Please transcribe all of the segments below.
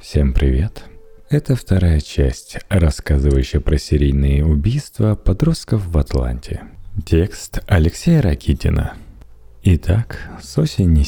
Всем привет! Это вторая часть, рассказывающая про серийные убийства подростков в Атланте. Текст Алексея Ракитина. Итак, с осени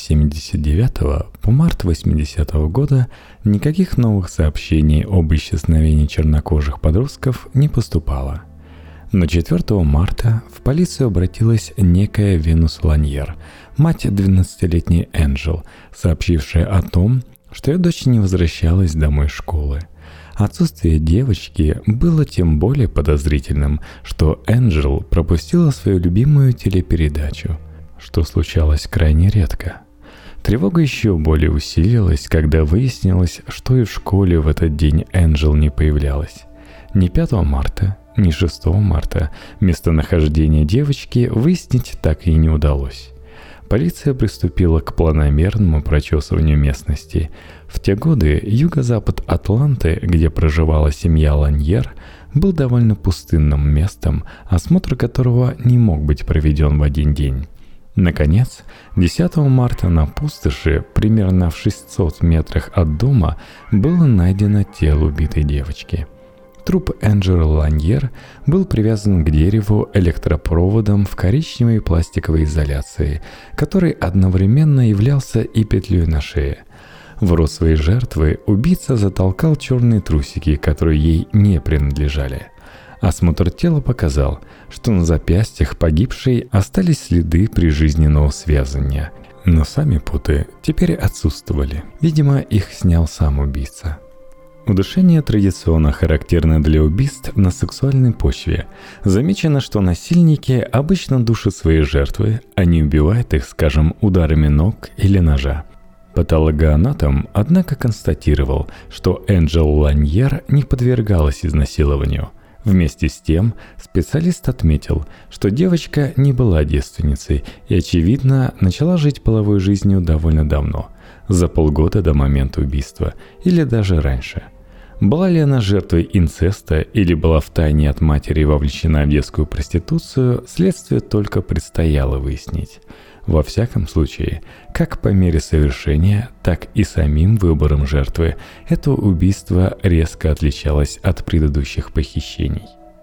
79 по март 80 года никаких новых сообщений об исчезновении чернокожих подростков не поступало. Но 4 марта в полицию обратилась некая Венус Ланьер, мать 12-летней Энджел, сообщившая о том, что ее дочь не возвращалась домой из школы. Отсутствие девочки было тем более подозрительным, что Энджел пропустила свою любимую телепередачу, что случалось крайне редко. Тревога еще более усилилась, когда выяснилось, что и в школе в этот день Энджел не появлялась. Ни 5 марта, ни 6 марта местонахождение девочки выяснить так и не удалось. Полиция приступила к планомерному прочесыванию местности. В те годы юго-запад Атланты, где проживала семья Ланьер, был довольно пустынным местом, осмотр которого не мог быть проведен в один день. Наконец, 10 марта на пустоши, примерно в 600 метрах от дома, было найдено тело убитой девочки. Труп Энджел Ланьер был привязан к дереву электропроводом в коричневой пластиковой изоляции, который одновременно являлся и петлей на шее. В рот своей жертвы убийца затолкал черные трусики, которые ей не принадлежали. Осмотр тела показал, что на запястьях погибшей остались следы прижизненного связывания, но сами путы теперь отсутствовали. Видимо, их снял сам убийца. Удушение традиционно характерно для убийств на сексуальной почве. Замечено, что насильники обычно душат свои жертвы, а не убивают их, скажем, ударами ног или ножа. Патологоанатом, однако, констатировал, что Энджел Ланьер не подвергалась изнасилованию. Вместе с тем, специалист отметил, что девочка не была девственницей и, очевидно, начала жить половой жизнью довольно давно, за полгода до момента убийства или даже раньше. Была ли она жертвой инцеста или была втайне от матери вовлечена в детскую проституцию, следствию только предстояло выяснить. Во всяком случае, как по мере совершения, так и самим выбором жертвы, это убийство резко отличалось от предыдущих похищений.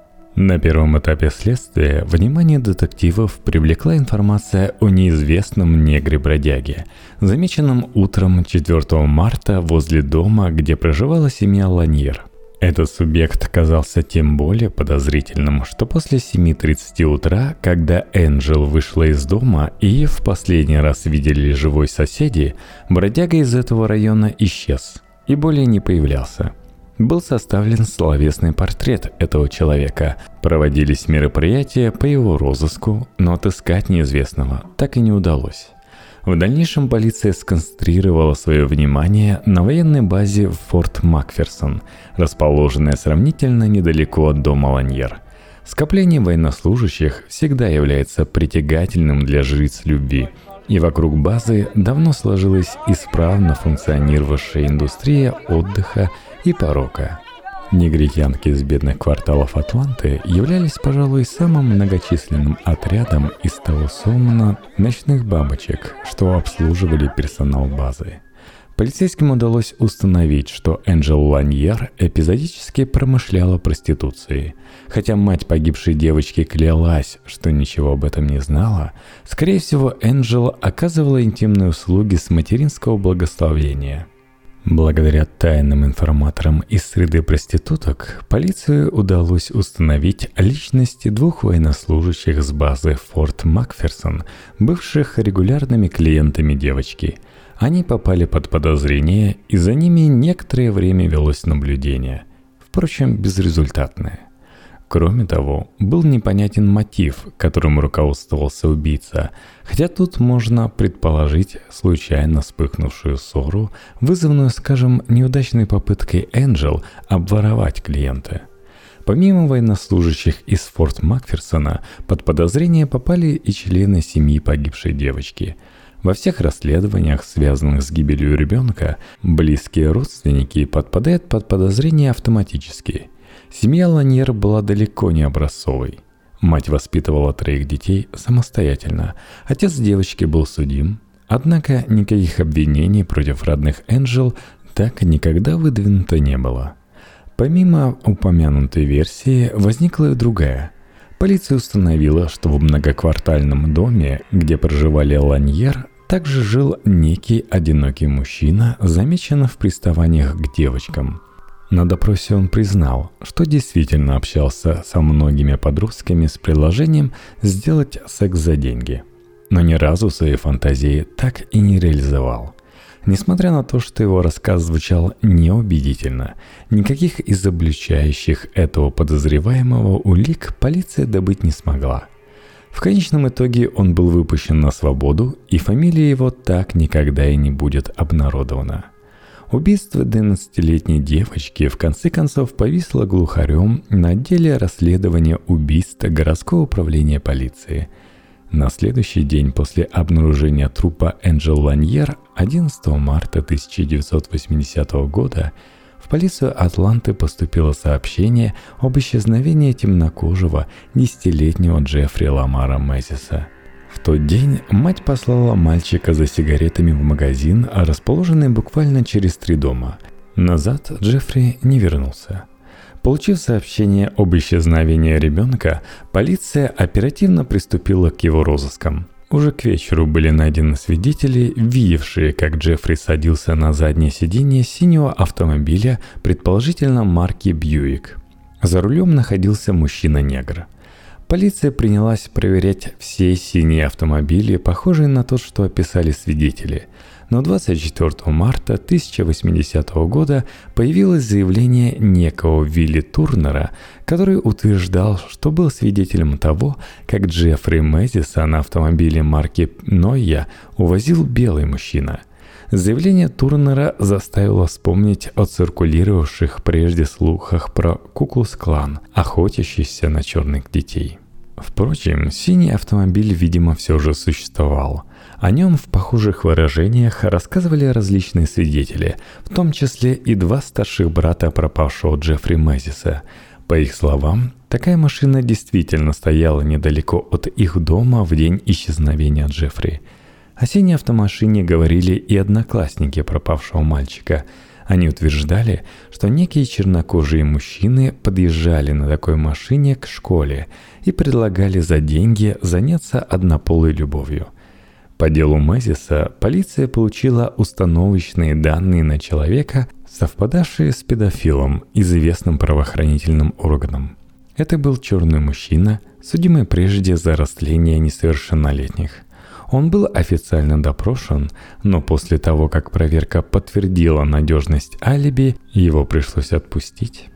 На первом этапе следствия внимание детективов привлекла информация о неизвестном негре-бродяге, замеченном утром 4 марта возле дома, где проживала семья Ланьер. Этот субъект казался тем более подозрительным, что после 7:30 утра, когда Энджел вышла из дома и ее в последний раз видели живой соседи, бродяга из этого района исчез и более не появлялся. Был составлен словесный портрет этого человека, проводились мероприятия по его розыску, но отыскать неизвестного так и не удалось. В дальнейшем полиция сконцентрировала свое внимание на военной базе Форт Макферсон, расположенной сравнительно недалеко от дома Ланьер. Скопление военнослужащих всегда является притягательным для жриц любви, и вокруг базы давно сложилась исправно функционировавшая индустрия отдыха и порока. Негритянки из бедных кварталов Атланты являлись, пожалуй, самым многочисленным отрядом из того сомна ночных бабочек, что обслуживали персонал базы. Полицейским удалось установить, что Энджел Ланьер эпизодически промышляла проституцией. Хотя мать погибшей девочки клялась, что ничего об этом не знала, скорее всего, Энджел оказывала интимные услуги с материнского благословения. Благодаря тайным информаторам из среды проституток, полиции удалось установить личности 2 военнослужащих с базы Форт Макферсон, бывших регулярными клиентами девочки. Они попали под подозрение, и за ними некоторое время велось наблюдение, впрочем, безрезультатное. Кроме того, был непонятен мотив, которым руководствовался убийца, хотя тут можно предположить случайно вспыхнувшую ссору, вызванную, скажем, неудачной попыткой Энджел обворовать клиента. Помимо военнослужащих из Форт Макферсона, под подозрение попали и члены семьи погибшей девочки. Во всех расследованиях, связанных с гибелью ребенка, близкие родственники подпадают под подозрение автоматически. Семья Ланьер была далеко не образцовой. Мать воспитывала 3 детей самостоятельно. Отец девочки был судим. Однако никаких обвинений против родных Энджел так никогда выдвинуто не было. Помимо упомянутой версии, возникла и другая. Полиция установила, что в многоквартальном доме, где проживали Ланьер, также жил некий одинокий мужчина, замеченный в приставаниях к девочкам. На допросе он признал, что действительно общался со многими подростками с предложением сделать секс за деньги, но ни разу свои фантазии так и не реализовал. Несмотря на то, что его рассказ звучал неубедительно, никаких изобличающих этого подозреваемого улик полиция добыть не смогла. В конечном итоге он был выпущен на свободу, и фамилия его так никогда и не будет обнародована. Убийство 12-летней девочки в конце концов повисло глухарем на отделе расследования убийств городского управления полиции. На следующий день после обнаружения трупа Энджел Ланьер 11 марта 1980 года в полицию Атланты поступило сообщение об исчезновении темнокожего 10-летнего Джеффри Ламара Мэзиса. В тот день мать послала мальчика за сигаретами в магазин, расположенный буквально через 3 дома. Назад Джеффри не вернулся. Получив сообщение об исчезновении ребенка, полиция оперативно приступила к его розыскам. Уже к вечеру были найдены свидетели, видевшие, как Джеффри садился на заднее сиденье синего автомобиля, предположительно марки «Бьюик». За рулем находился мужчина-негр. Полиция принялась проверять все синие автомобили, похожие на тот, что описали свидетели. Но 24 марта 1080 года появилось заявление некого Вилли Турнера, который утверждал, что был свидетелем того, как Джеффри Мэзиса на автомобиле марки Нойя увозил белый мужчина. Заявление Турнера заставило вспомнить о циркулировавших прежде слухах про Ку-клукс-клан, охотящийся на черных детей. Впрочем, синий автомобиль, видимо, все же существовал. О нем в похожих выражениях рассказывали различные свидетели, в том числе и 2 старших брата пропавшего Джеффри Мэзиса. По их словам, такая машина действительно стояла недалеко от их дома в день исчезновения Джеффри. О синей автомашине говорили и одноклассники пропавшего мальчика. Они утверждали, что некие чернокожие мужчины подъезжали на такой машине к школе и предлагали за деньги заняться однополой любовью. По делу Мэзиса полиция получила установочные данные на человека, совпадавшие с педофилом, известным правоохранительным органам. Это был черный мужчина, судимый прежде за растление несовершеннолетних. Он был официально допрошен, но после того, как проверка подтвердила надежность алиби, его пришлось отпустить.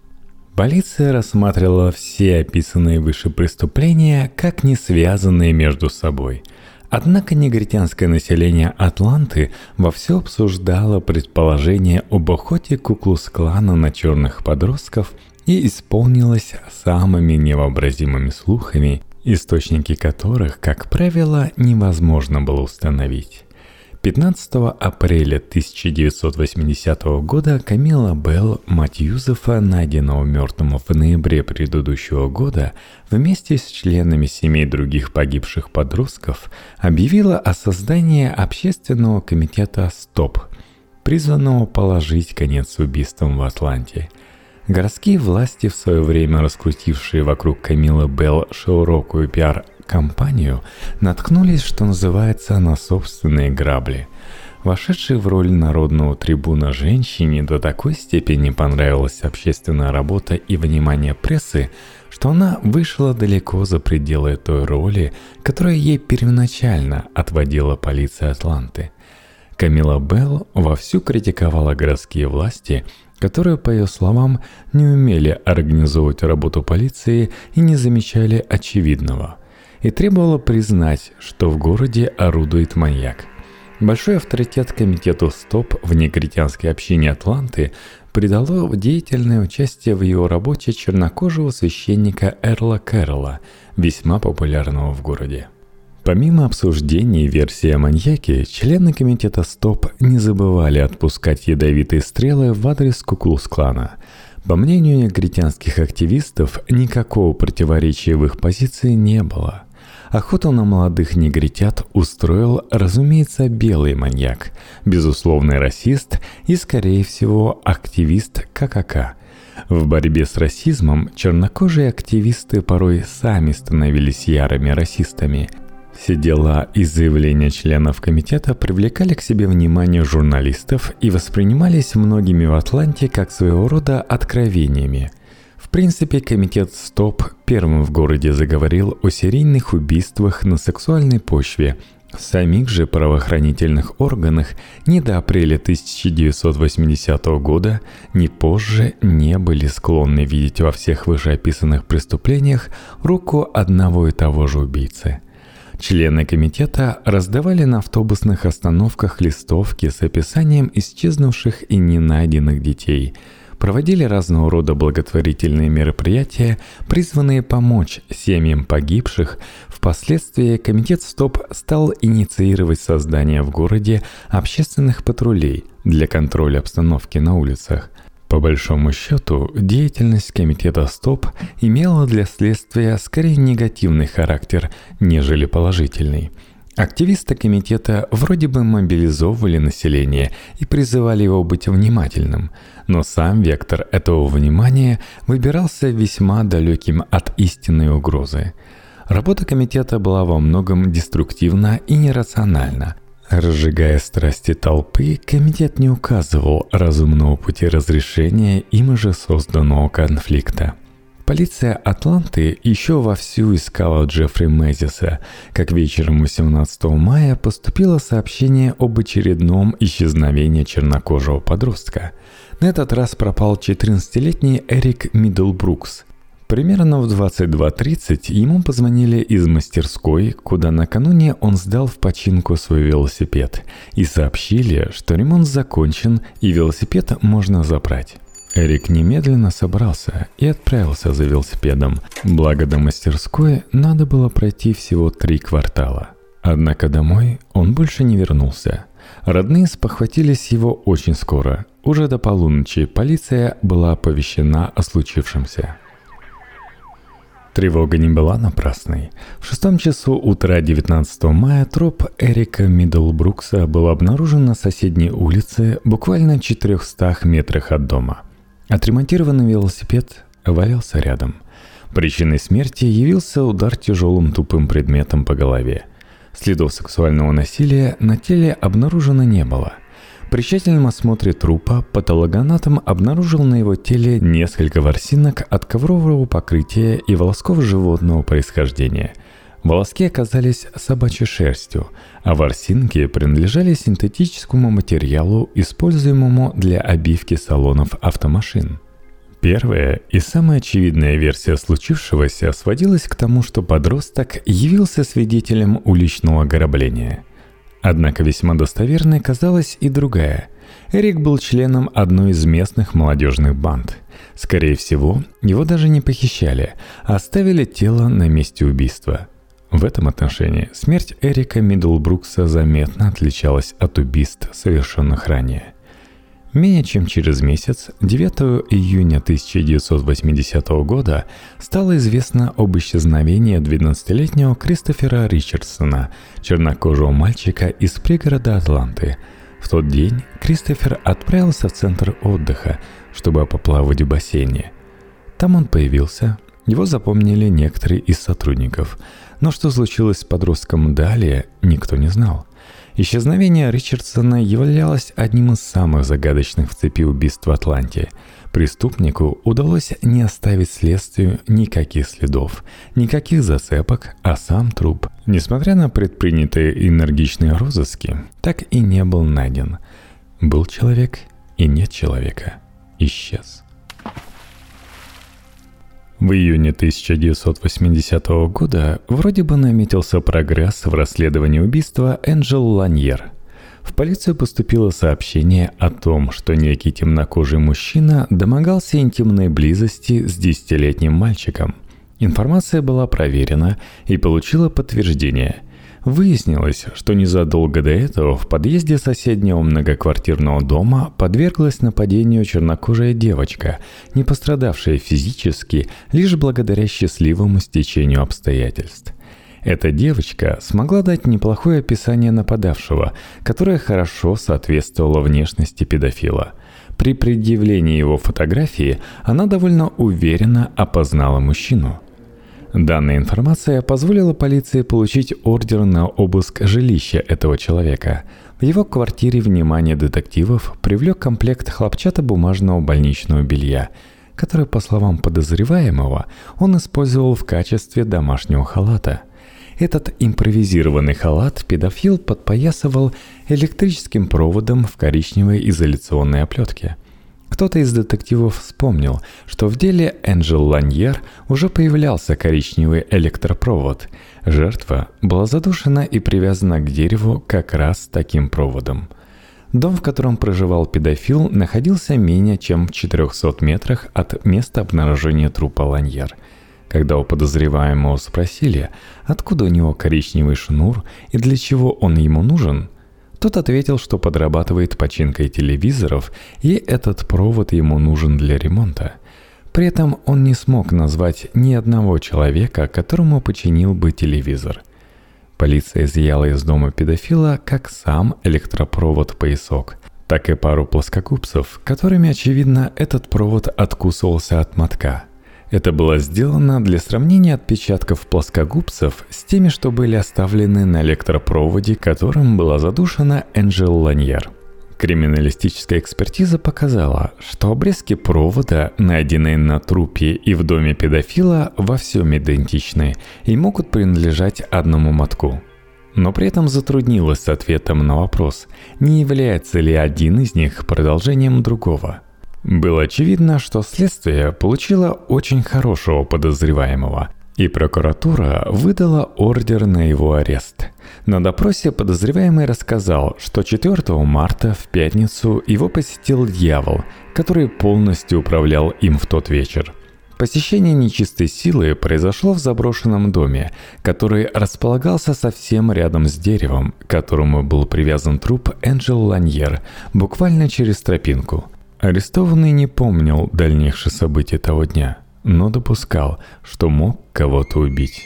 Полиция рассматривала все описанные выше преступления как не связанные между собой. Однако негритянское население Атланты вовсю обсуждало предположение об охоте Ку-клукс-клана на черных подростков и исполнилось самыми невообразимыми слухами, источники которых, как правило, невозможно было установить. 15 апреля 1980 года Камила Белл, мать Юзефа, найденного мертвым в ноябре предыдущего года, вместе с членами семей других погибших подростков, объявила о создании общественного комитета «Стоп», призванного положить конец убийствам в Атланте. Городские власти, в свое время раскрутившие вокруг Камилы Белл широкую пиар-кампанию, наткнулись, что называется, на собственные грабли. Вошедшей в роль народного трибуна женщине до такой степени понравилась общественная работа и внимание прессы, что она вышла далеко за пределы той роли, которую ей первоначально отводила полиция Атланты. Камила Белл вовсю критиковала городские власти, которые, по ее словам, не умели организовывать работу полиции и не замечали очевидного, и требовала признать, что в городе орудует маньяк. Большой авторитет комитету «Стоп» в негритянской общине Атланты придало деятельное участие в его работе чернокожего священника Эрла Кэрролла, весьма популярного в городе. Помимо обсуждений версии о маньяке, члены комитета «Стоп» не забывали отпускать ядовитые стрелы в адрес Ку-клукс-клана. По мнению негритянских активистов, никакого противоречия в их позиции не было. Охоту на молодых негритят устроил, разумеется, белый маньяк, безусловный расист и, скорее всего, активист ККК. В борьбе с расизмом чернокожие активисты порой сами становились ярыми расистами. Все дела и заявления членов комитета привлекали к себе внимание журналистов и воспринимались многими в Атланте как своего рода откровениями. В принципе, комитет «Стоп» первым в городе заговорил о серийных убийствах на сексуальной почве. В самих же правоохранительных органах ни до апреля 1980 года, ни позже не были склонны видеть во всех вышеописанных преступлениях руку одного и того же убийцы. Члены комитета раздавали на автобусных остановках листовки с описанием исчезнувших и ненайденных детей, проводили разного рода благотворительные мероприятия, призванные помочь семьям погибших. Впоследствии комитет «Стоп» стал инициировать создание в городе общественных патрулей для контроля обстановки на улицах. По большому счету, деятельность комитета «Стоп» имела для следствия скорее негативный характер, нежели положительный. Активисты комитета вроде бы мобилизовывали население и призывали его быть внимательным, но сам вектор этого внимания выбирался весьма далеким от истинной угрозы. Работа комитета была во многом деструктивна и нерациональна. Разжигая страсти толпы, комитет не указывал разумного пути разрешения им же созданного конфликта. Полиция Атланты еще вовсю искала Джеффри Мэзиса, как вечером 18 мая поступило сообщение об очередном исчезновении чернокожего подростка. На этот раз пропал 14-летний Эрик Миддлбрукс. Примерно в 22:30 ему позвонили из мастерской, куда накануне он сдал в починку свой велосипед, и сообщили, что ремонт закончен и велосипед можно забрать. Эрик немедленно собрался и отправился за велосипедом, благо до мастерской надо было пройти всего 3 квартала. Однако домой он больше не вернулся. Родные спохватились его очень скоро. Уже до полуночи полиция была оповещена о случившемся. Тревога не была напрасной. В 6 часу утра 19 мая труп Эрика Миддлбрукса был обнаружен на соседней улице, буквально в 400 метрах от дома. Отремонтированный велосипед валялся рядом. Причиной смерти явился удар тяжелым тупым предметом по голове. Следов сексуального насилия на теле обнаружено не было. При тщательном осмотре трупа патологоанатом обнаружил на его теле несколько ворсинок от коврового покрытия и волосков животного происхождения. Волоски оказались собачьей шерстью, а ворсинки принадлежали синтетическому материалу, используемому для обивки салонов автомашин. Первая и самая очевидная версия случившегося сводилась к тому, что подросток явился свидетелем уличного ограбления. Однако весьма достоверной казалась и другая. Эрик был членом одной из местных молодежных банд. Скорее всего, его даже не похищали, а оставили тело на месте убийства. В этом отношении смерть Эрика Миддлбрукса заметно отличалась от убийств, совершенных ранее. Менее чем через месяц, 9 июня 1980 года, стало известно об исчезновении 12-летнего Кристофера Ричардсона, чернокожего мальчика из пригорода Атланты. В тот день Кристофер отправился в центр отдыха, чтобы поплавать в бассейне. Там он появился, его запомнили некоторые из сотрудников, но что случилось с подростком далее, никто не знал. Исчезновение Ричардсона являлось одним из самых загадочных в цепи убийств в Атланте. Преступнику удалось не оставить следствию никаких следов, никаких зацепок, а сам труп, несмотря на предпринятые энергичные розыски, так и не был найден. Был человек и нет человека. Исчез. В июне 1980 года вроде бы наметился прогресс в расследовании убийства Энджел Ланьер. В полицию поступило сообщение о том, что некий темнокожий мужчина домогался интимной близости с 10-летним мальчиком. Информация была проверена и получила подтверждение. Выяснилось, что незадолго до этого в подъезде соседнего многоквартирного дома подверглась нападению чернокожая девочка, не пострадавшая физически, лишь благодаря счастливому стечению обстоятельств. Эта девочка смогла дать неплохое описание нападавшего, которое хорошо соответствовало внешности педофила. При предъявлении его фотографии она довольно уверенно опознала мужчину. Данная информация позволила полиции получить ордер на обыск жилища этого человека. В его квартире внимание детективов привлек комплект хлопчатобумажного больничного белья, который, по словам подозреваемого, он использовал в качестве домашнего халата. Этот импровизированный халат педофил подпоясывал электрическим проводом в коричневой изоляционной оплетке. Кто-то из детективов вспомнил, что в деле Энджел Ланьер уже появлялся коричневый электропровод. Жертва была задушена и привязана к дереву как раз таким проводом. Дом, в котором проживал педофил, находился менее чем в 400 метрах от места обнаружения трупа Ланьер. Когда у подозреваемого спросили, откуда у него коричневый шнур и для чего он ему нужен, тот ответил, что подрабатывает починкой телевизоров, и этот провод ему нужен для ремонта. При этом он не смог назвать ни одного человека, которому починил бы телевизор. Полиция изъяла из дома педофила как сам электропровод-поясок, так и пару плоскогубцев, которыми, очевидно, этот провод откусывался от мотка. Это было сделано для сравнения отпечатков плоскогубцев с теми, что были оставлены на электропроводе, которым была задушена Энджел Ланьер. Криминалистическая экспертиза показала, что обрезки провода, найденные на трупе и в доме педофила, во всем идентичны и могут принадлежать одному мотку. Но при этом затруднилась с ответом на вопрос, не является ли один из них продолжением другого. Было очевидно, что следствие получило очень хорошего подозреваемого, и прокуратура выдала ордер на его арест. На допросе подозреваемый рассказал, что 4 марта в пятницу его посетил дьявол, который полностью управлял им в тот вечер. Посещение нечистой силы произошло в заброшенном доме, который располагался совсем рядом с деревом, к которому был привязан труп Энджел Ланьер, буквально через тропинку. Арестованный не помнил дальнейших событий того дня, но допускал, что мог кого-то убить.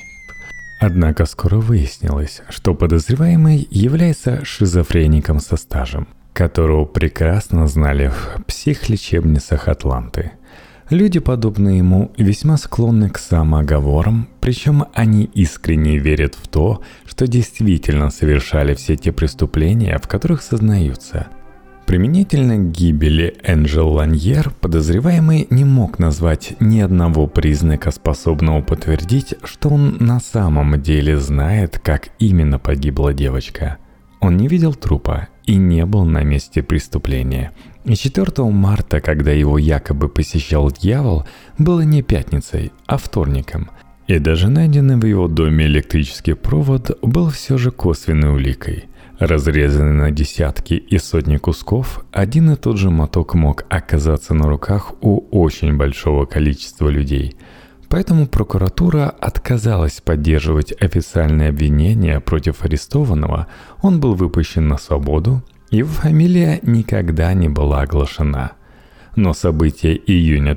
Однако скоро выяснилось, что подозреваемый является шизофреником со стажем, которого прекрасно знали в психлечебницах Атланты. Люди, подобные ему, весьма склонны к самооговорам, причем они искренне верят в то, что действительно совершали все те преступления, в которых сознаются. Применительно к гибели Энджел Ланьер подозреваемый не мог назвать ни одного признака, способного подтвердить, что он на самом деле знает, как именно погибла девочка. Он не видел трупа и не был на месте преступления. И 4 марта, когда его якобы посещал дьявол, было не пятницей, а вторником. И даже найденный в его доме электрический провод был все же косвенной уликой. Разрезанный на десятки и сотни кусков, один и тот же моток мог оказаться на руках у очень большого количества людей. Поэтому прокуратура отказалась поддерживать официальное обвинение против арестованного, он был выпущен на свободу, его фамилия никогда не была оглашена. Но события июня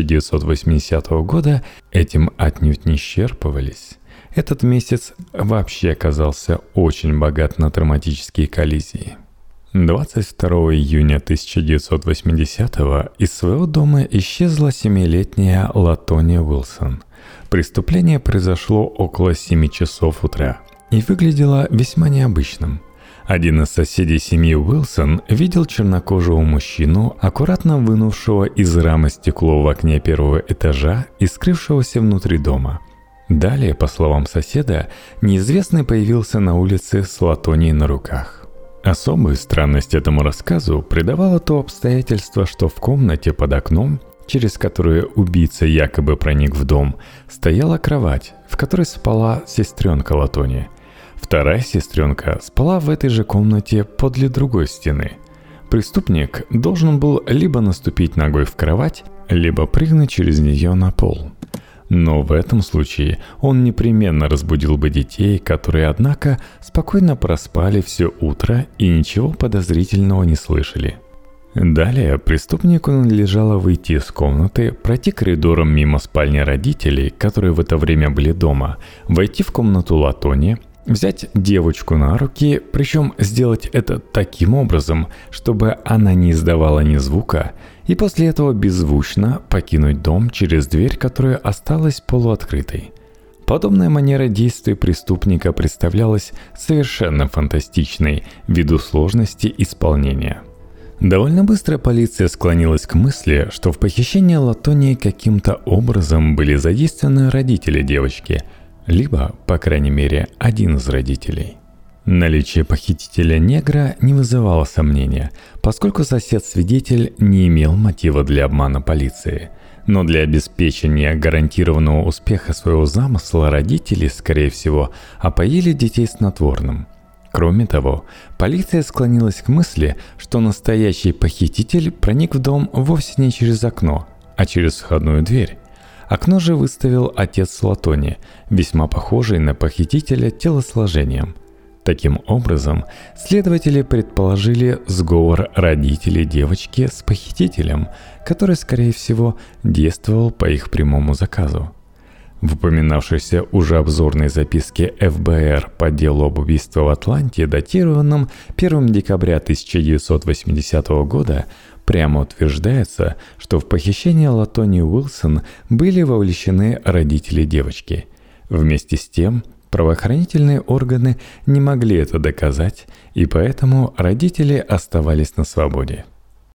1980 года этим отнюдь не исчерпывались. Этот месяц вообще оказался очень богат на травматические коллизии. 22 июня 1980-го из своего дома исчезла 7-летняя Латония Уилсон. Преступление произошло около 7 часов утра и выглядело весьма необычным. Один из соседей семьи Уилсон видел чернокожего мужчину, аккуратно вынувшего из рамы стекло в окне первого этажа и скрывшегося внутри дома. Далее, по словам соседа, неизвестный появился на улице с Латонией на руках. Особую странность этому рассказу придавало то обстоятельство, что в комнате под окном, через которую убийца якобы проник в дом, стояла кровать, в которой спала сестренка Латони. Вторая сестренка спала в этой же комнате подле другой стены. Преступник должен был либо наступить ногой в кровать, либо прыгнуть через нее на пол. Но в этом случае он непременно разбудил бы детей, которые, однако, спокойно проспали все утро и ничего подозрительного не слышали. Далее преступнику надлежало выйти из комнаты, пройти коридором мимо спальни родителей, которые в это время были дома, войти в комнату Латони, взять девочку на руки, причем сделать это таким образом, чтобы она не издавала ни звука, и после этого беззвучно покинуть дом через дверь, которая осталась полуоткрытой. Подобная манера действий преступника представлялась совершенно фантастичной ввиду сложности исполнения. Довольно быстро полиция склонилась к мысли, что в похищении Латонии каким-то образом были задействованы родители девочки, либо, по крайней мере, один из родителей. Наличие похитителя негра не вызывало сомнения, поскольку сосед-свидетель не имел мотива для обмана полиции. Но для обеспечения гарантированного успеха своего замысла родители, скорее всего, опоили детей снотворным. Кроме того, полиция склонилась к мысли, что настоящий похититель проник в дом вовсе не через окно, а через входную дверь. Окно же выставил отец Латони, весьма похожий на похитителя телосложением. Таким образом, следователи предположили сговор родителей девочки с похитителем, который, скорее всего, действовал по их прямому заказу. В упоминавшейся уже обзорной записке ФБР по делу об убийстве в Атланте, датированном 1 декабря 1980 года, прямо утверждается, что в похищение Латони Уилсон были вовлечены родители девочки. Вместе с тем, правоохранительные органы не могли это доказать, и поэтому родители оставались на свободе.